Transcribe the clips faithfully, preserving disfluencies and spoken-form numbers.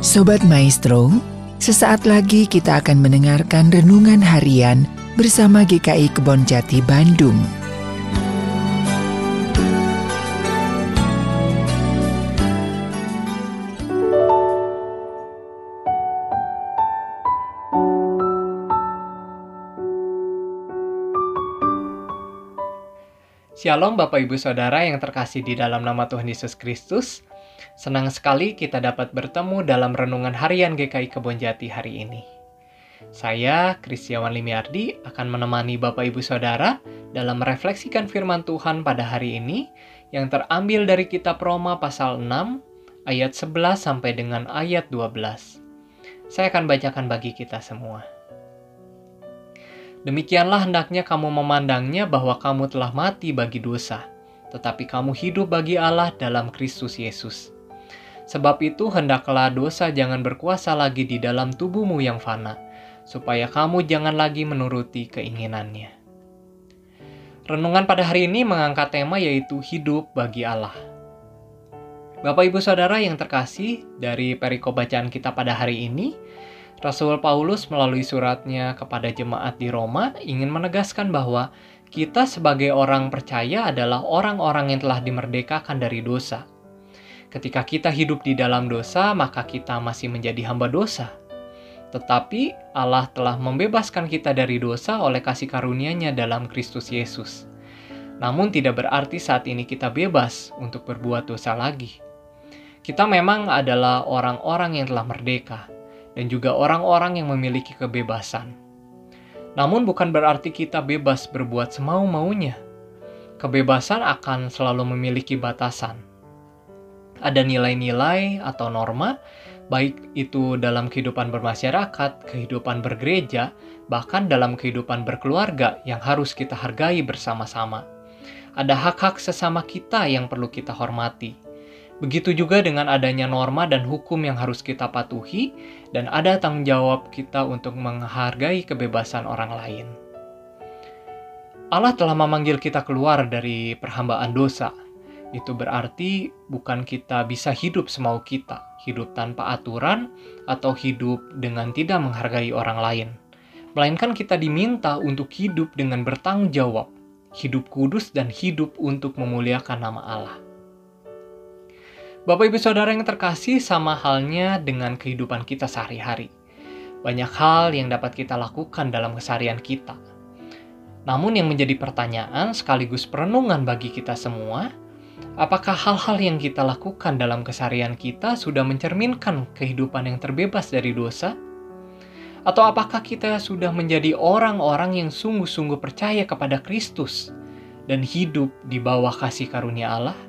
Sobat Maestro, sesaat lagi kita akan mendengarkan renungan harian bersama G K I Kebonjati Bandung. Shalom Bapak Ibu Saudara yang terkasih di dalam nama Tuhan Yesus Kristus. Senang sekali kita dapat bertemu dalam renungan harian G K I Kebonjati hari ini. Saya, Kristiawan Limiardi, akan menemani Bapak Ibu Saudara dalam merefleksikan firman Tuhan pada hari ini yang terambil dari kitab Roma pasal enam ayat sebelas sampai dengan ayat dua belas. Saya akan bacakan bagi kita semua. Demikianlah hendaknya kamu memandangnya bahwa kamu telah mati bagi dosa, tetapi kamu hidup bagi Allah dalam Kristus Yesus. Sebab itu hendaklah dosa jangan berkuasa lagi di dalam tubuhmu yang fana, supaya kamu jangan lagi menuruti keinginannya. Renungan pada hari ini mengangkat tema yaitu hidup bagi Allah. Bapak Ibu Saudara yang terkasih, dari perikop bacaan kita pada hari ini, Rasul Paulus melalui suratnya kepada jemaat di Roma ingin menegaskan bahwa kita sebagai orang percaya adalah orang-orang yang telah dimerdekakan dari dosa. Ketika kita hidup di dalam dosa, maka kita masih menjadi hamba dosa. Tetapi Allah telah membebaskan kita dari dosa oleh kasih karunia-Nya dalam Kristus Yesus. Namun tidak berarti saat ini kita bebas untuk berbuat dosa lagi. Kita memang adalah orang-orang yang telah merdeka, dan juga orang-orang yang memiliki kebebasan. Namun bukan berarti kita bebas berbuat semau-maunya. Kebebasan akan selalu memiliki batasan. Ada nilai-nilai atau norma, baik itu dalam kehidupan bermasyarakat, kehidupan bergereja, bahkan dalam kehidupan berkeluarga yang harus kita hargai bersama-sama. Ada hak-hak sesama kita yang perlu kita hormati. Begitu juga dengan adanya norma dan hukum yang harus kita patuhi, dan ada tanggung jawab kita untuk menghargai kebebasan orang lain. Allah telah memanggil kita keluar dari perhambaan dosa. Itu berarti bukan kita bisa hidup semau kita, hidup tanpa aturan, atau hidup dengan tidak menghargai orang lain. Melainkan kita diminta untuk hidup dengan bertanggung jawab, hidup kudus dan hidup untuk memuliakan nama Allah. Bapak Ibu Saudara yang terkasih, sama halnya dengan kehidupan kita sehari-hari. Banyak hal yang dapat kita lakukan dalam keseharian kita. Namun yang menjadi pertanyaan sekaligus perenungan bagi kita semua, apakah hal-hal yang kita lakukan dalam keseharian kita sudah mencerminkan kehidupan yang terbebas dari dosa? Atau apakah kita sudah menjadi orang-orang yang sungguh-sungguh percaya kepada Kristus dan hidup di bawah kasih karunia Allah?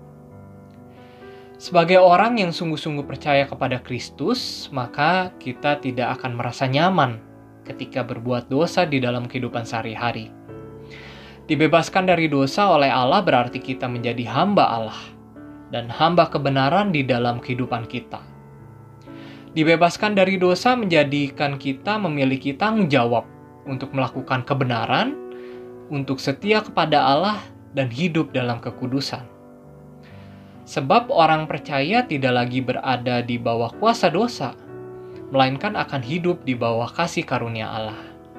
Sebagai orang yang sungguh-sungguh percaya kepada Kristus, maka kita tidak akan merasa nyaman ketika berbuat dosa di dalam kehidupan sehari-hari. Dibebaskan dari dosa oleh Allah berarti kita menjadi hamba Allah dan hamba kebenaran di dalam kehidupan kita. Dibebaskan dari dosa menjadikan kita memiliki tanggung jawab untuk melakukan kebenaran, untuk setia kepada Allah, dan hidup dalam kekudusan. Sebab orang percaya tidak lagi berada di bawah kuasa dosa, melainkan akan hidup di bawah kasih karunia Allah.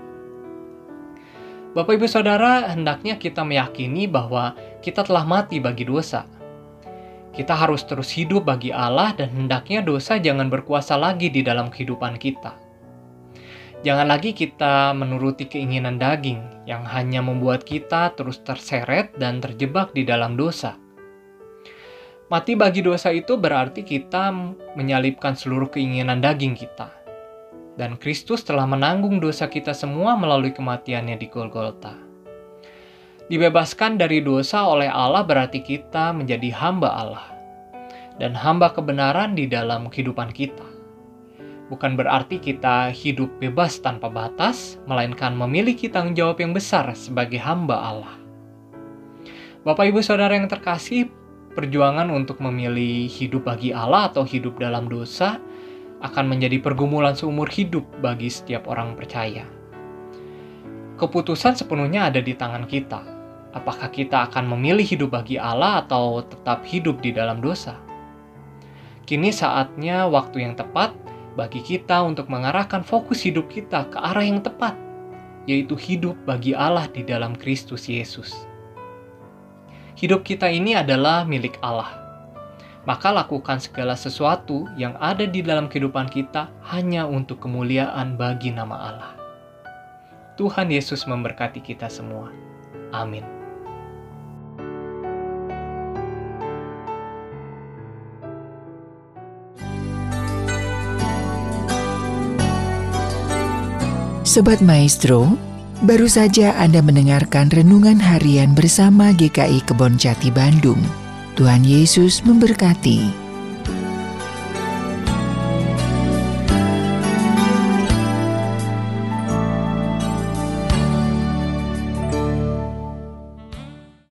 Bapak Ibu Saudara, hendaknya kita meyakini bahwa kita telah mati bagi dosa. Kita harus terus hidup bagi Allah dan hendaknya dosa jangan berkuasa lagi di dalam kehidupan kita. Jangan lagi kita menuruti keinginan daging yang hanya membuat kita terus terseret dan terjebak di dalam dosa. Mati bagi dosa itu berarti kita menyalibkan seluruh keinginan daging kita. Dan Kristus telah menanggung dosa kita semua melalui kematiannya di Golgota. Dibebaskan dari dosa oleh Allah berarti kita menjadi hamba Allah. Dan hamba kebenaran di dalam kehidupan kita. Bukan berarti kita hidup bebas tanpa batas, melainkan memiliki tanggung jawab yang besar sebagai hamba Allah. Bapak Ibu Saudara yang terkasih, perjuangan untuk memilih hidup bagi Allah atau hidup dalam dosa akan menjadi pergumulan seumur hidup bagi setiap orang percaya. Keputusan sepenuhnya ada di tangan kita. Apakah kita akan memilih hidup bagi Allah atau tetap hidup di dalam dosa? Kini saatnya waktu yang tepat bagi kita untuk mengarahkan fokus hidup kita ke arah yang tepat, yaitu hidup bagi Allah di dalam Kristus Yesus. Hidup kita ini adalah milik Allah. Maka lakukan segala sesuatu yang ada di dalam kehidupan kita hanya untuk kemuliaan bagi nama Allah. Tuhan Yesus memberkati kita semua. Amin. Sobat Maestro, baru saja Anda mendengarkan Renungan Harian bersama G K I Kebon Jati Bandung. Tuhan Yesus memberkati.